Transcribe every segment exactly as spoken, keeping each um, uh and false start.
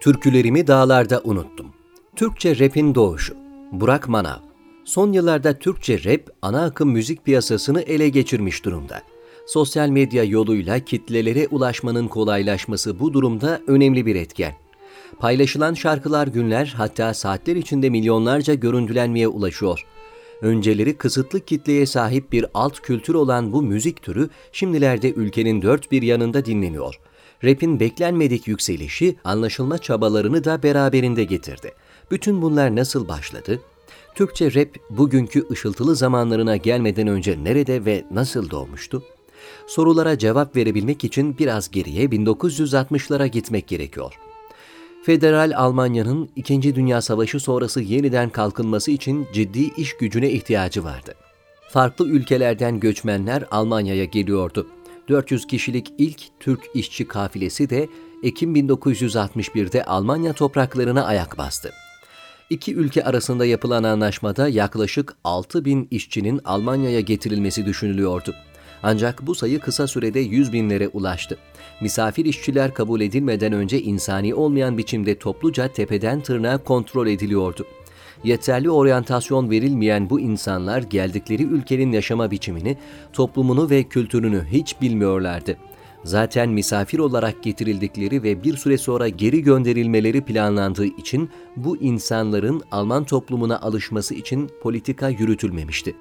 Türkülerimi dağlarda unuttum. Türkçe rap'in doğuşu. Burak Manav. Son yıllarda Türkçe rap ana akım müzik piyasasını ele geçirmiş durumda. Sosyal medya yoluyla kitlelere ulaşmanın kolaylaşması bu durumda önemli bir etken. Paylaşılan şarkılar günler hatta saatler içinde milyonlarca görüntülenmeye ulaşıyor. Önceleri kısıtlı kitleye sahip bir alt kültür olan bu müzik türü şimdilerde ülkenin dört bir yanında dinleniyor. Rap'in beklenmedik yükselişi anlaşılma çabalarını da beraberinde getirdi. Bütün bunlar nasıl başladı? Türkçe rap bugünkü ışıltılı zamanlarına gelmeden önce nerede ve nasıl doğmuştu? Sorulara cevap verebilmek için biraz geriye bin dokuz yüz altmışlara gitmek gerekiyor. Federal Almanya'nın İkinci Dünya Savaşı sonrası yeniden kalkınması için ciddi iş gücüne ihtiyacı vardı. Farklı ülkelerden göçmenler Almanya'ya geliyordu. dört yüz kişilik ilk Türk işçi kafilesi de Ekim bin dokuz yüz altmış birde Almanya topraklarına ayak bastı. İki ülke arasında yapılan anlaşmada yaklaşık altı bin işçinin Almanya'ya getirilmesi düşünülüyordu. Ancak bu sayı kısa sürede yüz binlere ulaştı. Misafir işçiler kabul edilmeden önce insani olmayan biçimde topluca tepeden tırnağa kontrol ediliyordu. Yeterli oryantasyon verilmeyen bu insanlar geldikleri ülkenin yaşama biçimini, toplumunu ve kültürünü hiç bilmiyorlardı. Zaten misafir olarak getirildikleri ve bir süre sonra geri gönderilmeleri planlandığı için bu insanların Alman toplumuna alışması için politika yürütülmemişti.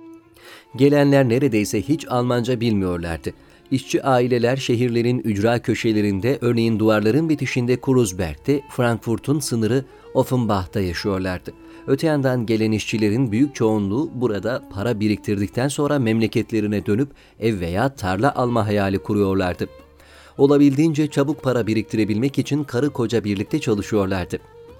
Gelenler neredeyse hiç Almanca bilmiyorlardı. İşçi aileler şehirlerin ücra köşelerinde, örneğin duvarların bitişinde Kreuzberg'te, Frankfurt'un sınırı Offenbach'ta yaşıyorlardı. Öte yandan gelen işçilerin büyük çoğunluğu burada para biriktirdikten sonra memleketlerine dönüp ev veya tarla alma hayali kuruyorlardı. Olabildiğince çabuk para biriktirebilmek için karı koca birlikte çalışıyorlardı.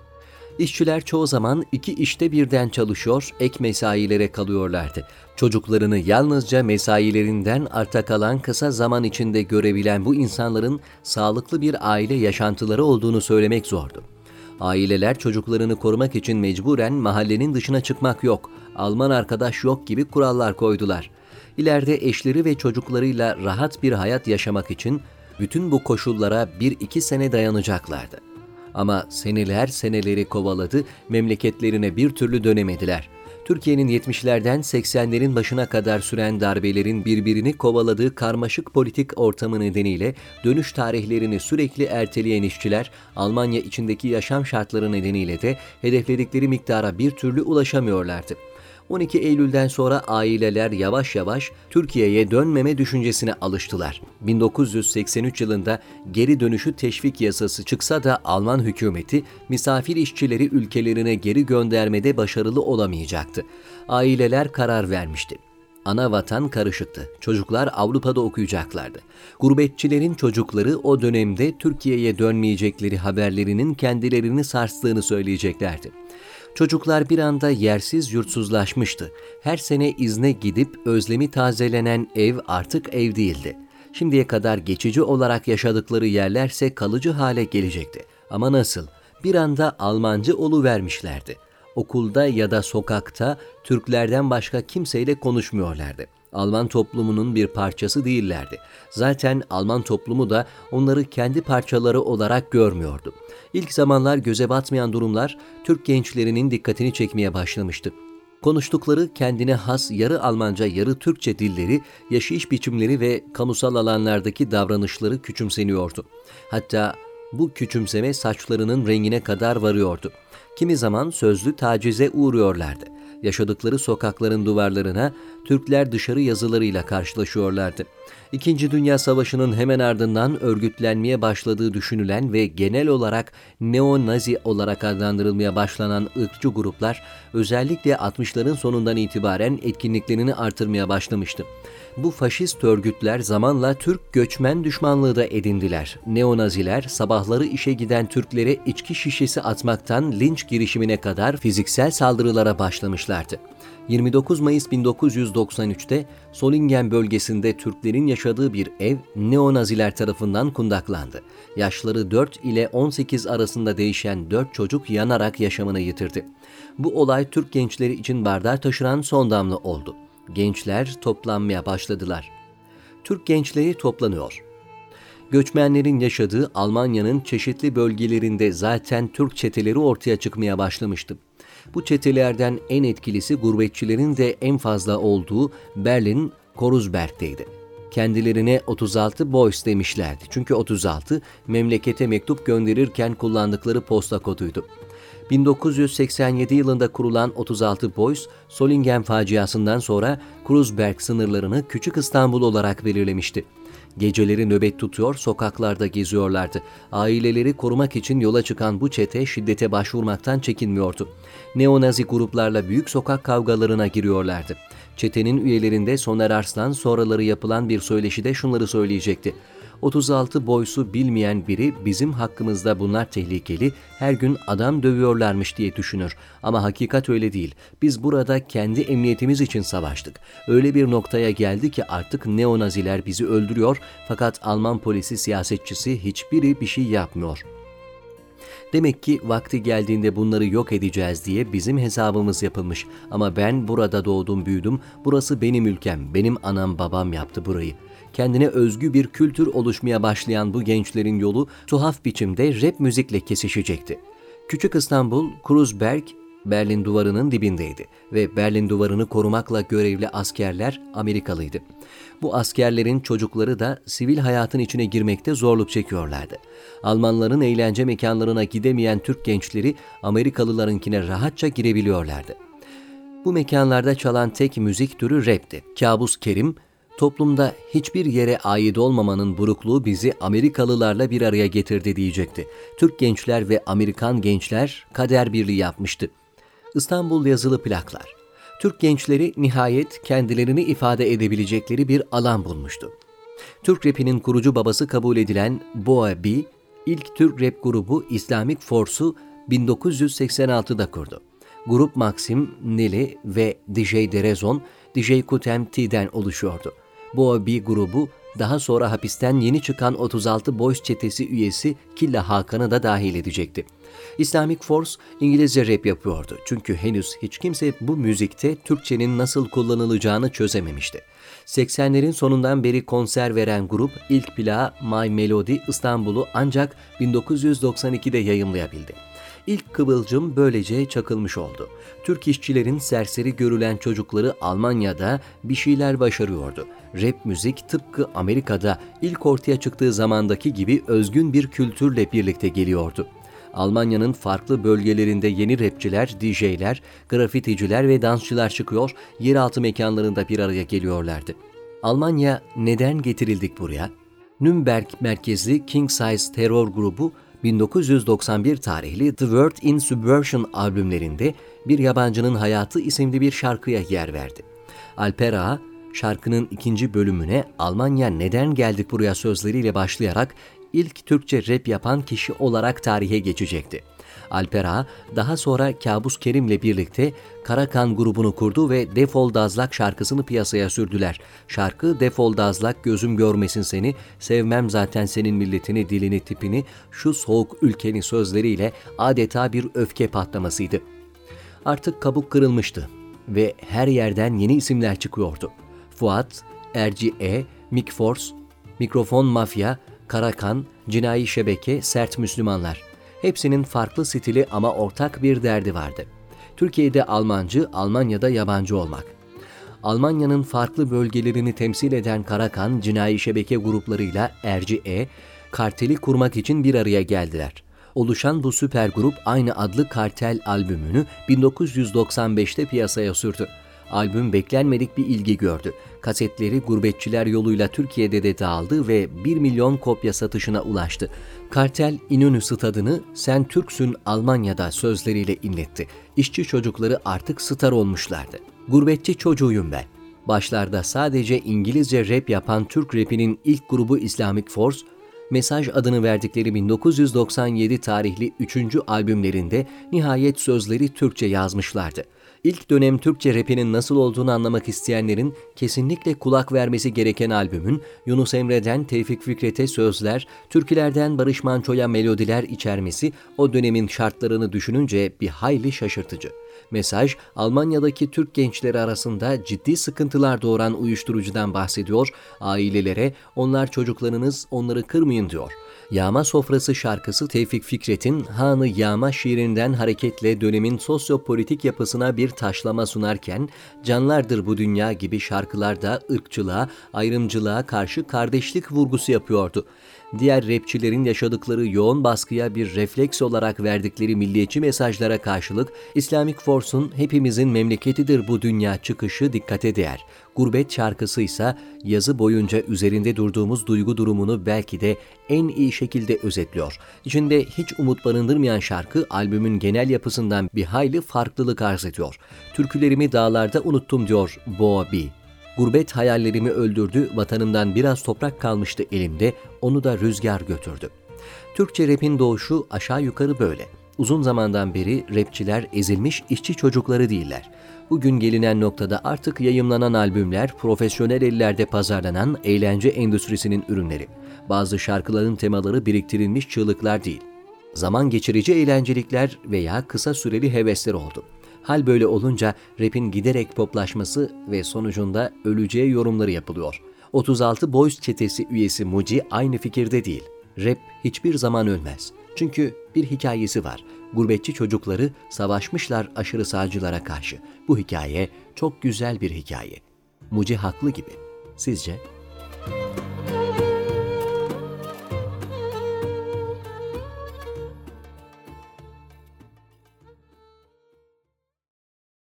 İşçiler çoğu zaman iki işte birden çalışıyor, ek mesailere kalıyorlardı. Çocuklarını yalnızca mesailerinden arta kalan kısa zaman içinde görebilen bu insanların sağlıklı bir aile yaşantıları olduğunu söylemek zordu. Aileler çocuklarını korumak için mecburen mahallenin dışına çıkmak yok, Alman arkadaş yok gibi kurallar koydular. İleride eşleri ve çocuklarıyla rahat bir hayat yaşamak için bütün bu koşullara bir iki sene dayanacaklardı. Ama seneler seneleri kovaladı, memleketlerine bir türlü dönemediler. Türkiye'nin yetmişlerden seksenlerin başına kadar süren darbelerin birbirini kovaladığı karmaşık politik ortamı nedeniyle dönüş tarihlerini sürekli erteleyen işçiler, Almanya içindeki yaşam şartları nedeniyle de hedefledikleri miktara bir türlü ulaşamıyorlardı. on iki Eylül'den sonra aileler yavaş yavaş Türkiye'ye dönmeme düşüncesine alıştılar. bin dokuz yüz seksen üç yılında geri dönüşü teşvik yasası çıksa da Alman hükümeti misafir işçileri ülkelerine geri göndermede başarılı olamayacaktı. Aileler karar vermişti. Ana vatan karışıktı. Çocuklar Avrupa'da okuyacaklardı. Gurbetçilerin çocukları o dönemde Türkiye'ye dönmeyecekleri haberlerinin kendilerini sarstığını söyleyeceklerdi. Çocuklar bir anda yersiz yurtsuzlaşmıştı. Her sene izne gidip özlemi tazelenen ev artık ev değildi. Şimdiye kadar geçici olarak yaşadıkları yerlerse kalıcı hale gelecekti. Ama nasıl? Bir anda Almancı oluvermişlerdi. Okulda ya da sokakta Türklerden başka kimseyle konuşmuyorlardı. Alman toplumunun bir parçası değillerdi. Zaten Alman toplumu da onları kendi parçaları olarak görmüyordu. İlk zamanlar göze batmayan durumlar Türk gençlerinin dikkatini çekmeye başlamıştı. Konuştukları kendine has yarı Almanca yarı Türkçe dilleri, yaşayış biçimleri ve kamusal alanlardaki davranışları küçümseniyordu. Hatta bu küçümseme saçlarının rengine kadar varıyordu. Kimi zaman sözlü tacize uğruyorlardı. Yaşadıkları sokakların duvarlarına Türkler dışarı yazılarıyla karşılaşıyorlardı. İkinci Dünya Savaşı'nın hemen ardından örgütlenmeye başladığı düşünülen ve genel olarak neo-nazi olarak adlandırılmaya başlanan ırkçı gruplar özellikle altmışların sonundan itibaren etkinliklerini artırmaya başlamıştı. Bu faşist örgütler zamanla Türk göçmen düşmanlığı da edindiler. Neonaziler sabahları işe giden Türklere içki şişesi atmaktan linç girişimine kadar fiziksel saldırılara başlamışlardı. yirmi dokuz Mayıs bin dokuz yüz doksan üçte Solingen bölgesinde Türklerin yaşadığı bir ev neonaziler tarafından kundaklandı. Yaşları dört ile on sekiz arasında değişen dört çocuk yanarak yaşamını yitirdi. Bu olay Türk gençleri için bardağı taşıran son damla oldu. Gençler toplanmaya başladılar. Türk gençleri toplanıyor. Göçmenlerin yaşadığı Almanya'nın çeşitli bölgelerinde zaten Türk çeteleri ortaya çıkmaya başlamıştı. Bu çetelerden en etkilisi gurbetçilerin de en fazla olduğu Berlin Kreuzberg'teydi. Kendilerine otuz altı Boys demişlerdi. Çünkü otuz altı memlekete mektup gönderirken kullandıkları posta koduydu. bin dokuz yüz seksen yedi yılında kurulan otuz altı Boys, Solingen faciasından sonra Kreuzberg sınırlarını Küçük İstanbul olarak belirlemişti. Geceleri nöbet tutuyor, sokaklarda geziyorlardı. Aileleri korumak için yola çıkan bu çete şiddete başvurmaktan çekinmiyordu. Neonazi gruplarla büyük sokak kavgalarına giriyorlardı. Çetenin üyelerinde Soner Arslan sonraları yapılan bir söyleşide şunları söyleyecekti. otuz altı Boys'u bilmeyen biri bizim hakkımızda bunlar tehlikeli, her gün adam dövüyorlarmış diye düşünür. Ama hakikat öyle değil. Biz burada kendi emniyetimiz için savaştık. Öyle bir noktaya geldi ki artık neonaziler bizi öldürüyor fakat Alman polisi, siyasetçisi hiçbiri bir şey yapmıyor. Demek ki vakti geldiğinde bunları yok edeceğiz diye bizim hesabımız yapılmış. Ama ben burada doğdum, büyüdüm. Burası benim ülkem. Benim anam babam yaptı burayı. Kendine özgü bir kültür oluşmaya başlayan bu gençlerin yolu tuhaf biçimde rap müzikle kesişecekti. Küçük İstanbul, Kreuzberg, Berlin Duvarı'nın dibindeydi ve Berlin Duvarı'nı korumakla görevli askerler Amerikalıydı. Bu askerlerin çocukları da sivil hayatın içine girmekte zorluk çekiyorlardı. Almanların eğlence mekanlarına gidemeyen Türk gençleri Amerikalılarınkine rahatça girebiliyorlardı. Bu mekanlarda çalan tek müzik türü rapti. Kabus Kerim, toplumda hiçbir yere ait olmamanın burukluğu bizi Amerikalılarla bir araya getirdi diyecekti. Türk gençler ve Amerikan gençler kader birliği yapmıştı. İstanbul yazılı plaklar. Türk gençleri nihayet kendilerini ifade edebilecekleri bir alan bulmuştu. Türk rapinin kurucu babası kabul edilen Boa B, ilk Türk rap grubu Islamic Force'u bin dokuz yüz seksen altıda kurdu. Grup Maxim, Nelly ve D J Derezon, D J Kutem T'den oluşuyordu. Boa B grubu daha sonra hapisten yeni çıkan otuz altı Boys çetesi üyesi Killa Hakan'ı da dahil edecekti. Islamic Force İngilizce rap yapıyordu. Çünkü henüz hiç kimse bu müzikte Türkçenin nasıl kullanılacağını çözememişti. seksenlerin sonundan beri konser veren grup ilk plağı My Melody İstanbul'u ancak bin dokuz yüz doksan ikide yayımlayabildi. İlk kıvılcım böylece çakılmış oldu. Türk işçilerin serseri görülen çocukları Almanya'da bir şeyler başarıyordu. Rap müzik tıpkı Amerika'da ilk ortaya çıktığı zamandaki gibi özgün bir kültürle birlikte geliyordu. Almanya'nın farklı bölgelerinde yeni rapçiler, D J'ler, grafiticiler ve dansçılar çıkıyor, yeraltı mekanlarında bir araya geliyorlardı. Almanya neden getirildik buraya? Nürnberg merkezli King Size terör grubu bin dokuz yüz doksan bir tarihli The World in Subversion albümlerinde Bir Yabancının Hayatı isimli bir şarkıya yer verdi. Alper Ağa, şarkının ikinci bölümüne Almanya neden geldik buraya sözleriyle başlayarak ilk Türkçe rap yapan kişi olarak tarihe geçecekti. Alper Ağa daha sonra Kabus Kerim'le birlikte Karakan grubunu kurdu ve Defol Dazlak şarkısını piyasaya sürdüler. Şarkı Defol Dazlak gözüm görmesin seni, sevmem zaten senin milletini, dilini, tipini, şu soğuk ülkeni sözleriyle adeta bir öfke patlamasıydı. Artık kabuk kırılmıştı ve her yerden yeni isimler çıkıyordu. Fuat, Erci E, Mick Force, Mikrofon Mafya, Karakan, Cinayi Şebeke, Sert Müslümanlar. Hepsinin farklı stili ama ortak bir derdi vardı. Türkiye'de Almancı, Almanya'da yabancı olmak. Almanya'nın farklı bölgelerini temsil eden Karakan, Cinayi Şebeke gruplarıyla Erci E, karteli kurmak için bir araya geldiler. Oluşan bu süper grup aynı adlı Kartel albümünü bin dokuz yüz doksan beşte piyasaya sürdü. Albüm beklenmedik bir ilgi gördü. Kasetleri gurbetçiler yoluyla Türkiye'de de dağıldı ve bir milyon kopya satışına ulaştı. Kartel İnönü Stadı'nı "Sen Türksün Almanya'da" sözleriyle inletti. İşçi çocukları artık star olmuşlardı. Gurbetçi çocuğuyum ben. Başlarda sadece İngilizce rap yapan Türk rapinin ilk grubu Islamic Force, Mesaj adını verdikleri bin dokuz yüz doksan yedi tarihli üçüncü albümlerinde nihayet sözleri Türkçe yazmışlardı. İlk dönem Türkçe rapinin nasıl olduğunu anlamak isteyenlerin kesinlikle kulak vermesi gereken albümün Yunus Emre'den Tevfik Fikret'e sözler, türkülerden Barış Manço'ya melodiler içermesi o dönemin şartlarını düşününce bir hayli şaşırtıcı. Mesaj, Almanya'daki Türk gençleri arasında ciddi sıkıntılar doğuran uyuşturucudan bahsediyor, ailelere "onlar çocuklarınız, onları kırmayın" diyor. Yağma Sofrası şarkısı Tevfik Fikret'in Hanı Yağma şiirinden hareketle dönemin sosyopolitik yapısına bir taşlama sunarken, "Canlardır bu dünya" gibi şarkılarda ırkçılığa, ayrımcılığa karşı kardeşlik vurgusu yapıyordu. Diğer rapçilerin yaşadıkları yoğun baskıya bir refleks olarak verdikleri milliyetçi mesajlara karşılık, Islamic Force'un "hepimizin memleketidir bu dünya" çıkışı dikkate değer. Gurbet şarkısı ise yazı boyunca üzerinde durduğumuz duygu durumunu belki de en iyi şekilde özetliyor. İçinde hiç umut barındırmayan şarkı, albümün genel yapısından bir hayli farklılık arz ediyor. "Türkülerimi dağlarda unuttum" diyor Boğabi. "Gurbet hayallerimi öldürdü, vatanımdan biraz toprak kalmıştı elimde, onu da rüzgar götürdü." Türkçe rap'in doğuşu aşağı yukarı böyle. Uzun zamandan beri rapçiler ezilmiş işçi çocukları değiller. Bugün gelinen noktada artık yayımlanan albümler profesyonel ellerde pazarlanan eğlence endüstrisinin ürünleri. Bazı şarkıların temaları biriktirilmiş çığlıklar değil. Zaman geçirici eğlencelikler veya kısa süreli hevesler oldu. Hal böyle olunca rap'in giderek poplaşması ve sonucunda öleceği yorumları yapılıyor. otuz altı Boys çetesi üyesi Muci aynı fikirde değil. Rap hiçbir zaman ölmez. Çünkü bir hikayesi var. Gurbetçi çocukları savaşmışlar aşırı sağcılara karşı. Bu hikaye çok güzel bir hikaye. Muci haklı gibi. Sizce?